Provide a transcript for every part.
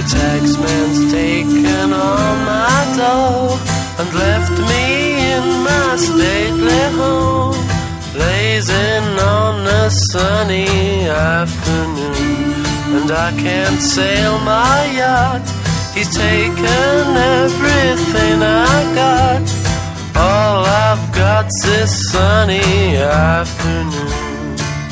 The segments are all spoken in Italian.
taxman's taken all my dough and left me in my stately home, blazing on a sunny afternoon. And I can't sail my yacht, he's taken everything I got. All I've got's this sunny afternoon.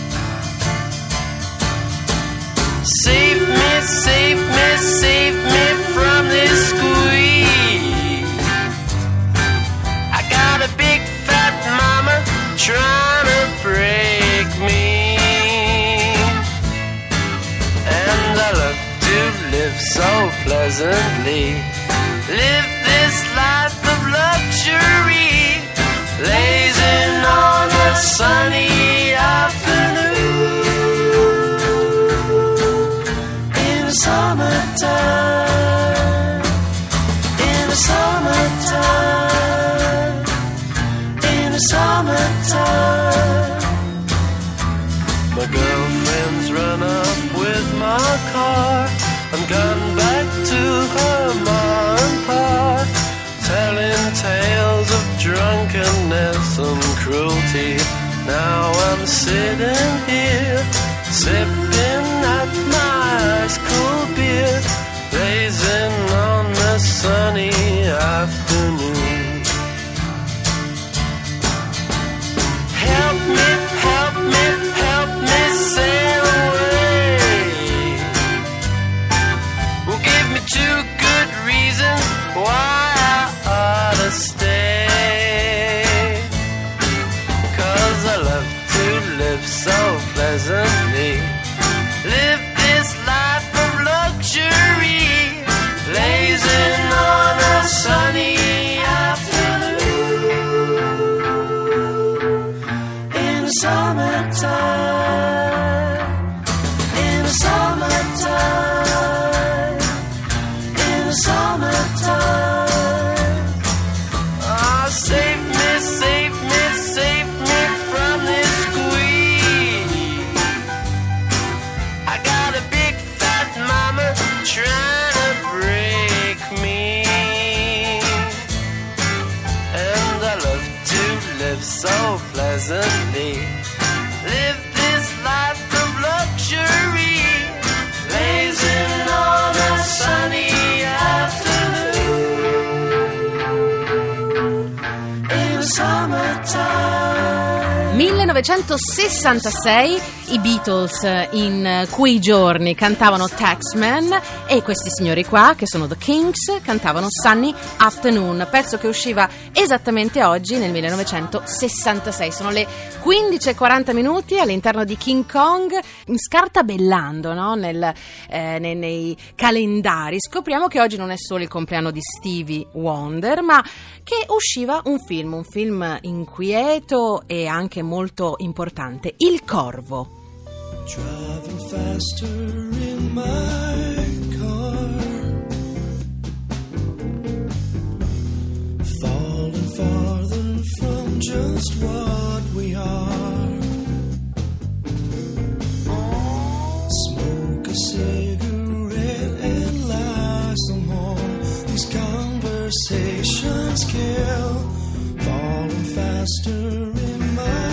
Save me, save me, save me from this squeeze. I got a big fat mama trying to break me, and I love to live so pleasantly, live this life of luxury, blazing on a sunny afternoon. Summertime, in the summertime, in the summertime. My girlfriend's run off with my car and gone back to her ma and pa, telling tales of drunkenness and cruelty. Now I'm sitting here, sipping at my ice cold beer, blazing on a sunny afternoon. Help me, help me, help me sail away. Well, give me 2 good reasons why I ought to stay. 'Cause I love to live so pleasantly, live this life of luxury, blazing on a sunny afternoon. In the summertime, in the summertime, in the summertime. Oh, save me, save me, save me from this squeeze. I got a big fat mama trying to break me, and I love to live so pleasantly, live this life of luxury, blazing on a sunny afternoon in the summertime. 1966 i Beatles in quei giorni cantavano Taxman, e questi signori qua, che sono The Kinks, cantavano Sunny Afternoon, pezzo che usciva esattamente oggi nel 1966. Sono le 15:40 all'interno di King Kong, scartabellando, no? Nei calendari scopriamo che oggi non è solo il compleanno di Stevie Wonder, ma che usciva un film inquieto e anche molto importante, Il Corvo. Driving faster in my car, falling farther from just what we are. Smoke a cigarette and lie some more. These conversations kill. Falling faster in my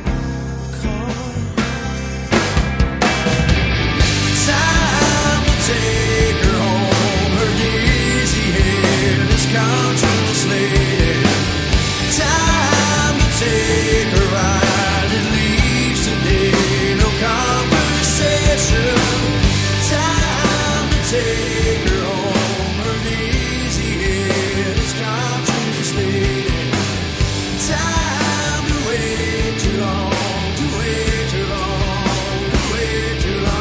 take her home, her dizzy head is contemplated. Time to take her ride, it leaves today, no conversation. Time to take her home, her dizzy head is contemplated. Time to wait too long, to wait too long, to wait too long.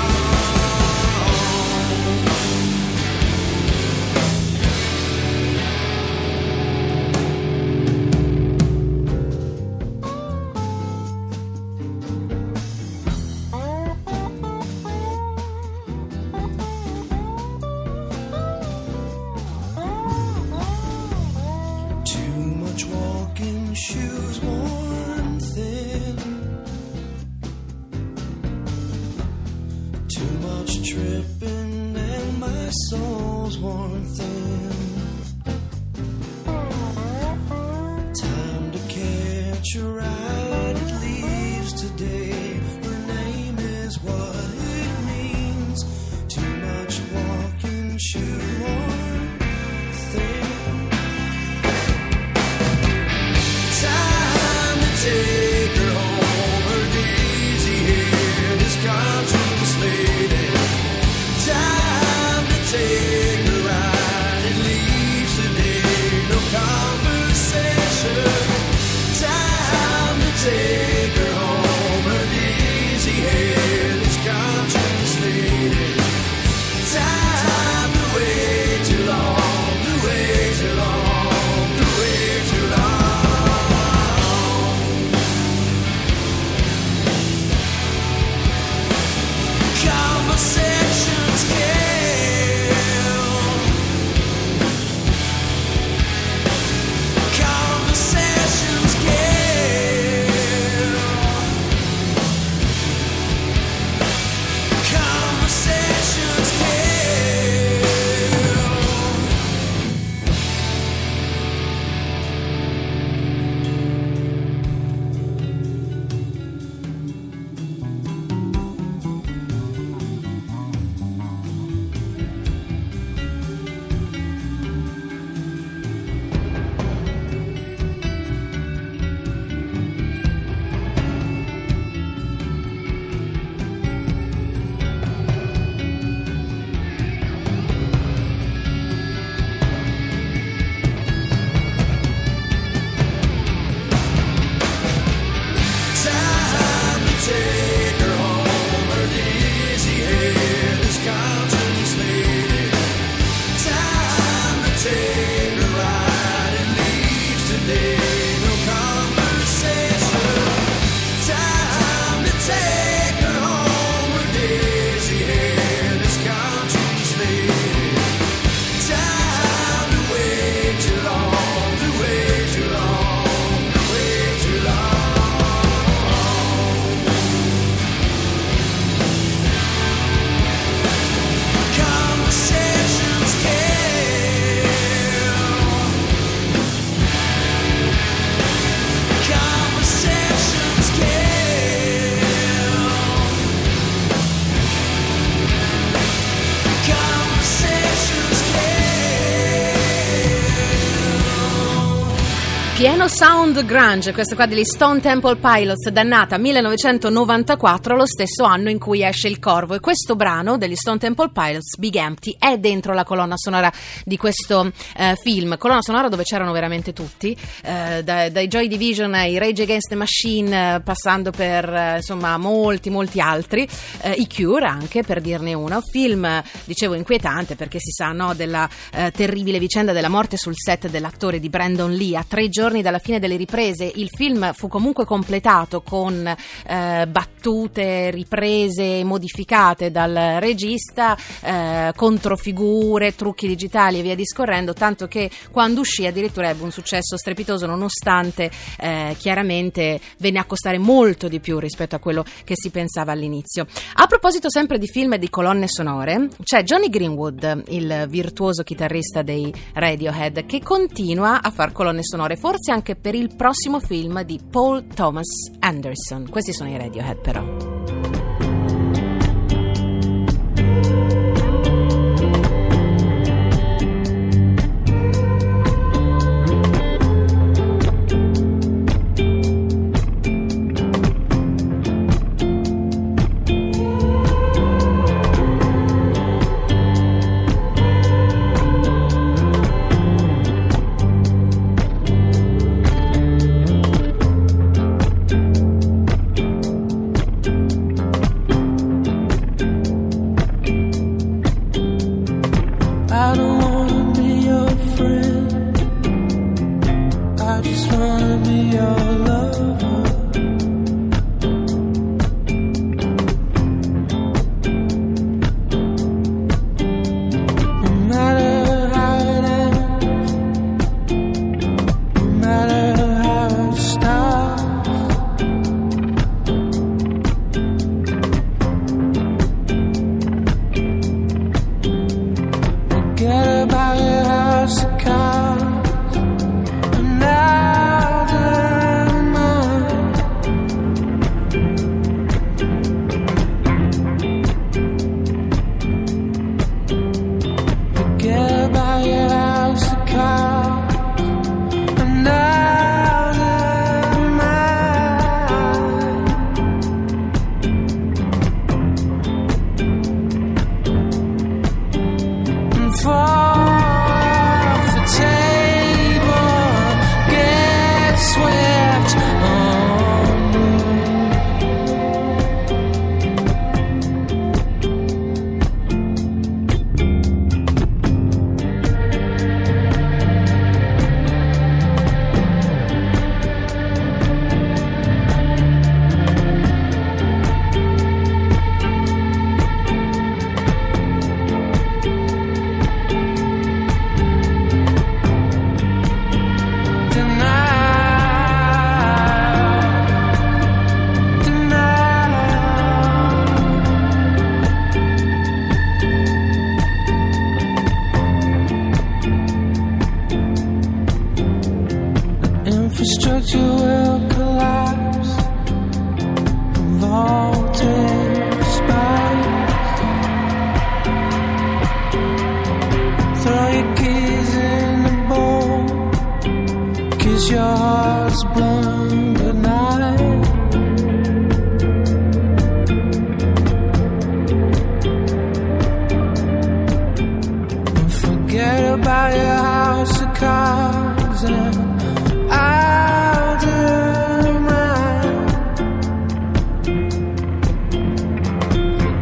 Shoes worn thin, too much tripping and my soul's worn thin. Time to catch a ride, it leaves today. Her name is what it means. Too much walking, shoe-worn thin. Time to take her home, her dizzy head is contemplated. Time to take her ride, it leaves today, no conversation. Time to take her home, her dizzy head is contemplated. Time to wait too long, to wait too long, to wait too long. Conversations kill. Conversations kill. Conversations kill. Time to take her home, her dizzy head is contemplated. Time to take her ride, it leaves today, no conversation. Time to take her home, her dizzy head is contemplated. Time to wait too long, to wait too long, to wait too long. Conversations kill. Conversations kill. Conversations kill. Pieno sound grunge, questa qua degli Stone Temple Pilots, dannata 1994, lo stesso anno in cui esce Il Corvo, e questo brano degli Stone Temple Pilots, Big Empty, è dentro la colonna sonora di questo film, colonna sonora dove c'erano veramente tutti, dai Joy Division ai Rage Against the Machine, passando per insomma molti altri, i Cure anche, per dirne uno. Film, dicevo, inquietante, perché si sa, no, della terribile vicenda della morte sul set dell'attore di Brandon Lee a 3 giorni dalla fine delle riprese. Il film fu comunque completato con battute, riprese modificate dal regista, controfigure, trucchi digitali e via discorrendo, tanto che quando uscì addirittura ebbe un successo strepitoso, nonostante chiaramente venne a costare molto di più rispetto a quello che si pensava all'inizio. A proposito sempre di film e di colonne sonore, c'è Johnny Greenwood, il virtuoso chitarrista dei Radiohead, che continua a far colonne sonore, forse anche per il prossimo film di Paul Thomas Anderson. Questi sono i Radiohead, però.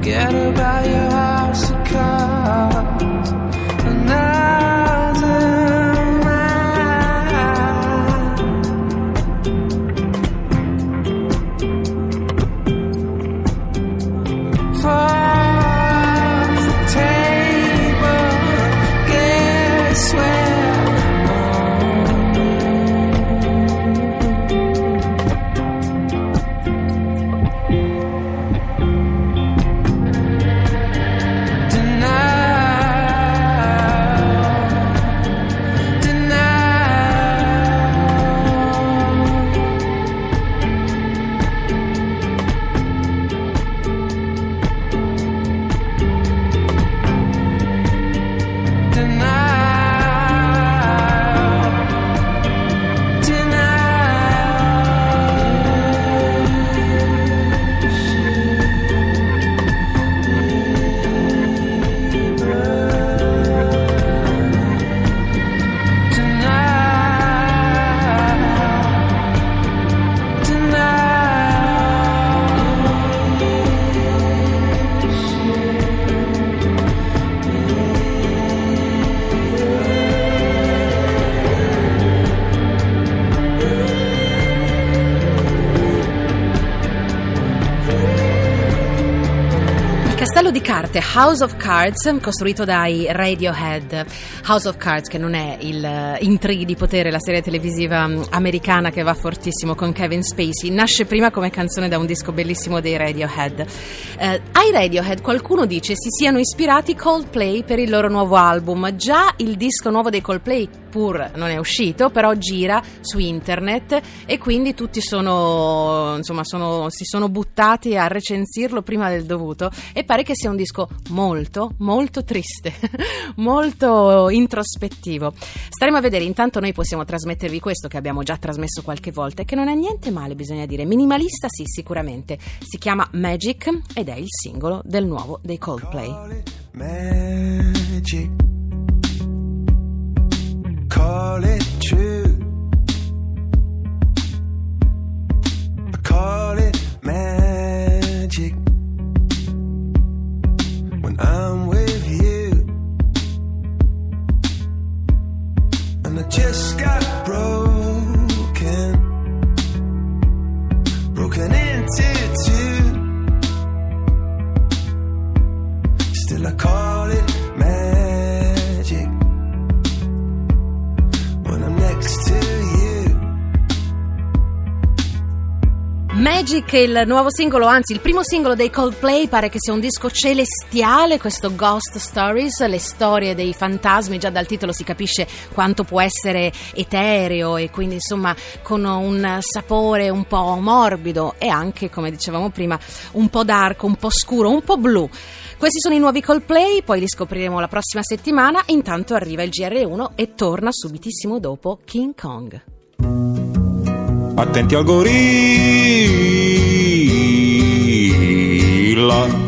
Forget about your house of cards. And now's in mine. Off the table, guess where? Castello di carte House of Cards, costruito dai Radiohead. House of Cards, che non è il Intrighi di potere, la serie televisiva americana che va fortissimo con Kevin Spacey, nasce prima come canzone da un disco bellissimo dei Radiohead. Ai Radiohead qualcuno dice si siano ispirati Coldplay per il loro nuovo album. Già il disco nuovo dei Coldplay pur non è uscito, però gira su internet e quindi tutti si sono buttati a recensirlo prima del dovuto e pare che sia un disco molto molto triste, molto introspettivo. Staremo a vedere. Intanto noi possiamo trasmettervi questo che abbiamo già trasmesso qualche volta e che non è niente male, bisogna dire. Minimalista sì, sicuramente. Si chiama Magic ed è il singolo del nuovo dei Coldplay. Magic. Call it true. I call it magic when I'm with you. And I just got broken into two. Still I call it magic when I'm next to you. Magic è il nuovo singolo, anzi il primo singolo dei Coldplay. Pare che sia un disco celestiale, questo Ghost Stories, le storie dei fantasmi. Già dal titolo si capisce quanto può essere etereo e quindi insomma con un sapore un po' morbido e anche, come dicevamo prima, un po' dark, un po' scuro, un po' blu. Questi sono i nuovi Coldplay, poi li scopriremo la prossima settimana. Intanto arriva il GR1 e torna subitissimo dopo King Kong. Attenti al gorilla.